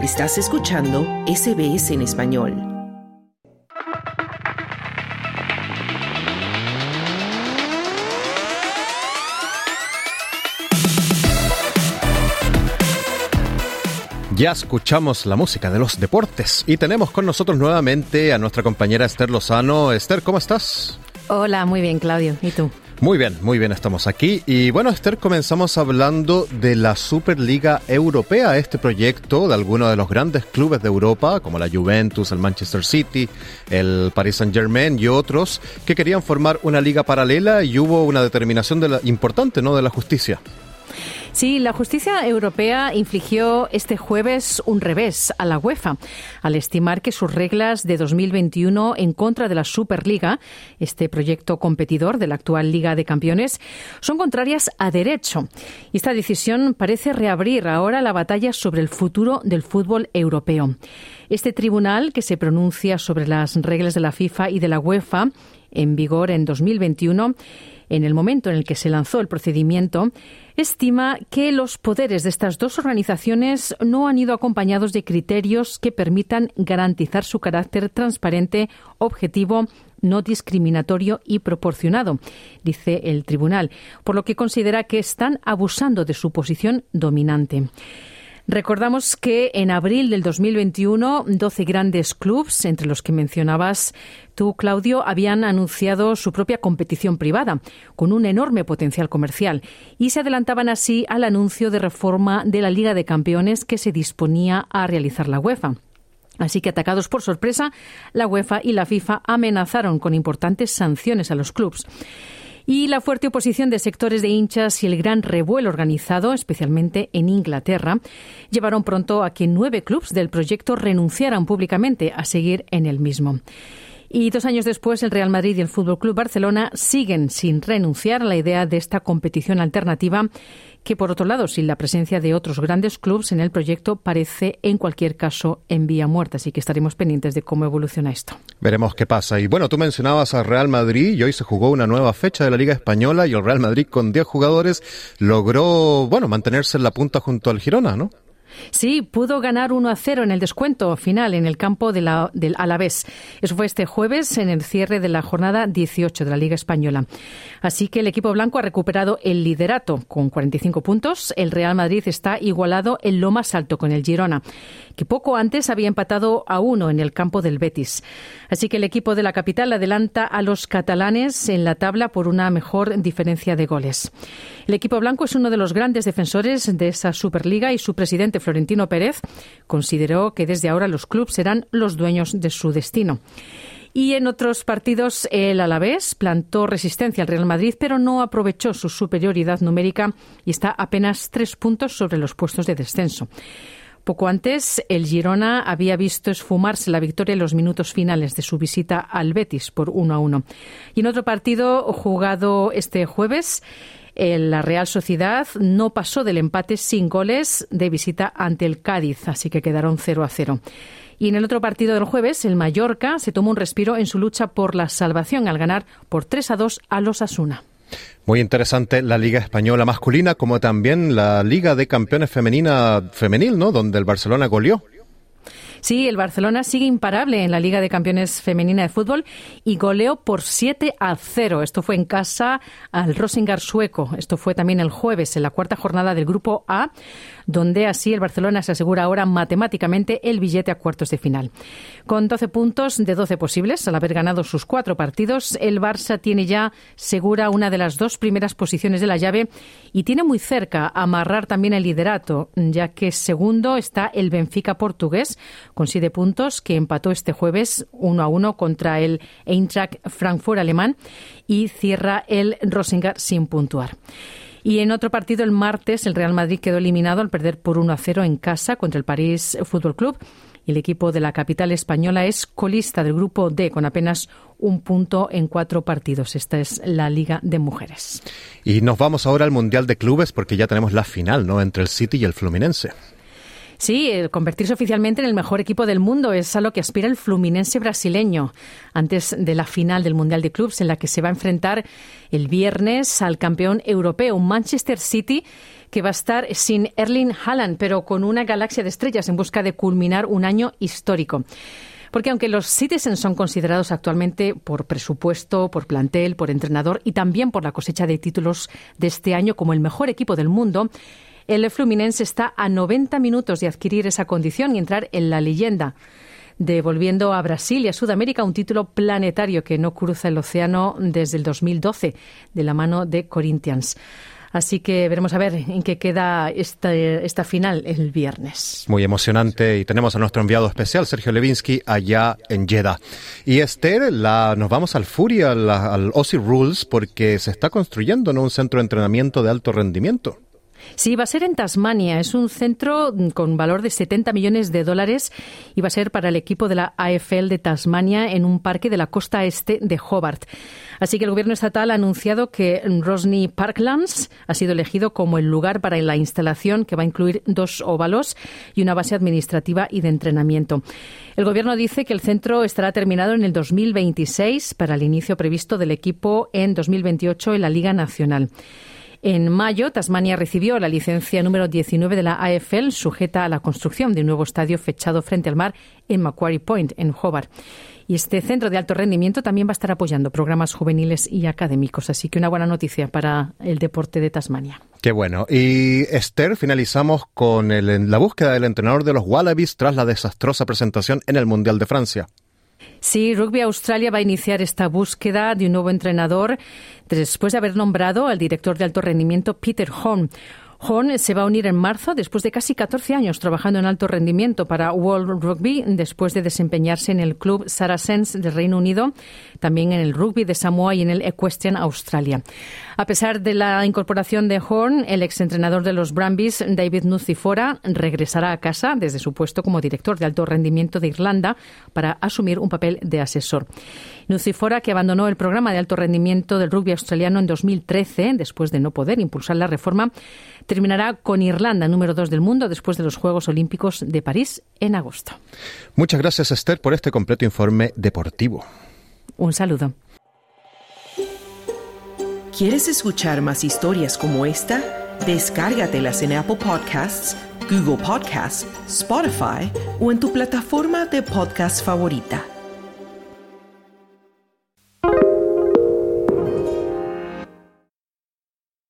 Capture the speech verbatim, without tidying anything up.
Estás escuchando S B S en español. Ya escuchamos la música de los deportes y tenemos con nosotros nuevamente a nuestra compañera Esther Lozano. Esther, ¿cómo estás? Hola, muy bien, Claudio. ¿Y tú? Muy bien, muy bien, estamos aquí. Y bueno, Esther, comenzamos hablando de la Superliga Europea, este proyecto de algunos de los grandes clubes de Europa, como la Juventus, el Manchester City, el Paris Saint-Germain y otros, que querían formar una liga paralela y hubo una determinación de la, importante, ¿no?, de la justicia. Sí, la justicia europea infligió este jueves un revés a la UEFA al estimar que sus reglas de dos mil veintiuno en contra de la Superliga, este proyecto competidor de la actual Liga de Campeones, son contrarias a derecho. Y esta decisión parece reabrir ahora la batalla sobre el futuro del fútbol europeo. Este tribunal, que se pronuncia sobre las reglas de la FIFA y de la UEFA en vigor en dos mil veintiuno, en el momento en el que se lanzó el procedimiento, estima que los poderes de estas dos organizaciones no han ido acompañados de criterios que permitan garantizar su carácter transparente, objetivo, no discriminatorio y proporcionado, dice el tribunal, por lo que considera que están abusando de su posición dominante. Recordamos que en abril del dos mil veintiuno, doce grandes clubes, entre los que mencionabas tú, Claudio, habían anunciado su propia competición privada, con un enorme potencial comercial, y se adelantaban así al anuncio de reforma de la Liga de Campeones que se disponía a realizar la UEFA. Así que, atacados por sorpresa, la UEFA y la FIFA amenazaron con importantes sanciones a los clubes. Y la fuerte oposición de sectores de hinchas y el gran revuelo organizado, especialmente en Inglaterra, llevaron pronto a que nueve clubes del proyecto renunciaran públicamente a seguir en el mismo. Y dos años después, el Real Madrid y el F C Barcelona siguen sin renunciar a la idea de esta competición alternativa, que, por otro lado, sin la presencia de otros grandes clubes en el proyecto, parece, en cualquier caso, en vía muerta. Así que estaremos pendientes de cómo evoluciona esto. Veremos qué pasa. Y bueno, tú mencionabas al Real Madrid y hoy se jugó una nueva fecha de la Liga Española y el Real Madrid, con diez jugadores, logró, bueno, mantenerse en la punta junto al Girona, ¿no? Sí, pudo ganar uno a cero en el descuento final en el campo de la, del Alavés. Eso fue este jueves en el cierre de la jornada dieciocho de la Liga Española. Así que el equipo blanco ha recuperado el liderato con cuarenta y cinco puntos. El Real Madrid está igualado en lo más alto con el Girona, que poco antes había empatado a uno en el campo del Betis. Así que el equipo de la capital adelanta a los catalanes en la tabla por una mejor diferencia de goles. El equipo blanco es uno de los grandes defensores de esa Superliga y su presidente, Florentino Pérez, consideró que desde ahora los clubes serán los dueños de su destino. Y en otros partidos, el Alavés plantó resistencia al Real Madrid, pero no aprovechó su superioridad numérica y está apenas tres puntos sobre los puestos de descenso. Poco antes, el Girona había visto esfumarse la victoria en los minutos finales de su visita al Betis por uno a uno. Y en otro partido jugado este jueves, la Real Sociedad no pasó del empate sin goles de visita ante el Cádiz, así que quedaron cero a cero. Y en el otro partido del jueves, el Mallorca se tomó un respiro en su lucha por la salvación al ganar por tres a dos a los Osasuna. Muy interesante la Liga Española masculina, como también la Liga de Campeones femenina femenil, ¿no?, donde el Barcelona goleó. Sí, el Barcelona sigue imparable en la Liga de Campeones femenina de fútbol y goleó por siete a cero. Esto fue en casa al Rosengård sueco. Esto fue también el jueves en la cuarta jornada del Grupo A, donde así el Barcelona se asegura ahora matemáticamente el billete a cuartos de final. Con doce puntos de doce posibles, al haber ganado sus cuatro partidos, el Barça tiene ya segura una de las dos primeras posiciones de la llave y tiene muy cerca amarrar también el liderato, ya que segundo está el Benfica portugués, con siete puntos, que empató este jueves uno a uno contra el Eintracht Frankfurt alemán y cierra el Rosengård sin puntuar. Y en otro partido, el martes, el Real Madrid quedó eliminado al perder por uno a cero en casa contra el París Fútbol Club. Y el equipo de la capital española es colista del Grupo D con apenas un punto en cuatro partidos. Esta es la Liga de Mujeres. Y nos vamos ahora al Mundial de Clubes porque ya tenemos la final, ¿no?, entre el City y el Fluminense. Sí, convertirse oficialmente en el mejor equipo del mundo es a lo que aspira el Fluminense brasileño antes de la final del Mundial de Clubs, en la que se va a enfrentar el viernes al campeón europeo, un Manchester City que va a estar sin Erling Haaland, pero con una galaxia de estrellas en busca de culminar un año histórico. Porque aunque los Citizens son considerados actualmente por presupuesto, por plantel, por entrenador y también por la cosecha de títulos de este año como el mejor equipo del mundo, el Fluminense está a noventa minutos de adquirir esa condición y entrar en la leyenda, devolviendo a Brasil y a Sudamérica un título planetario que no cruza el océano desde el dos mil doce, de la mano de Corinthians. Así que veremos a ver en qué queda esta, esta final el viernes. Muy emocionante, y tenemos a nuestro enviado especial, Sergio Levinsky, allá en Jeddah. Y Esther, la, nos vamos al Fury, al, al Aussie Rules, porque se está construyendo, ¿no?, un centro de entrenamiento de alto rendimiento. Sí, va a ser en Tasmania. Es un centro con valor de setenta millones de dólares y va a ser para el equipo de la A F L de Tasmania en un parque de la costa este de Hobart. Así que el gobierno estatal ha anunciado que Rosny Parklands ha sido elegido como el lugar para la instalación, que va a incluir dos óvalos y una base administrativa y de entrenamiento. El gobierno dice que el centro estará terminado en el dos mil veintiséis para el inicio previsto del equipo en dos mil veintiocho en la Liga Nacional. En mayo, Tasmania recibió la licencia número diecinueve de la A F L, sujeta a la construcción de un nuevo estadio fechado frente al mar en Macquarie Point, en Hobart. Y este centro de alto rendimiento también va a estar apoyando programas juveniles y académicos. Así que una buena noticia para el deporte de Tasmania. Qué bueno. Y Esther, finalizamos con el, la búsqueda del entrenador de los Wallabies tras la desastrosa presentación en el Mundial de Francia. Sí, Rugby Australia va a iniciar esta búsqueda de un nuevo entrenador después de haber nombrado al director de alto rendimiento Peter Horn. Horn se va a unir en marzo después de casi catorce años trabajando en alto rendimiento para World Rugby, después de desempeñarse en el club Saracens del Reino Unido, también en el Rugby de Samoa y en el Equestrian Australia. A pesar de la incorporación de Horn, el exentrenador de los Brumbies, David Nucifora, regresará a casa desde su puesto como director de alto rendimiento de Irlanda para asumir un papel de asesor. Nucifora, que abandonó el programa de alto rendimiento del rugby australiano en dos mil trece, después de no poder impulsar la reforma, terminará con Irlanda, número dos del mundo, después de los Juegos Olímpicos de París en agosto. Muchas gracias, Esther, por este completo informe deportivo. Un saludo. ¿Quieres escuchar más historias como esta? Descárgatelas en Apple Podcasts, Google Podcasts, Spotify o en tu plataforma de podcast favorita.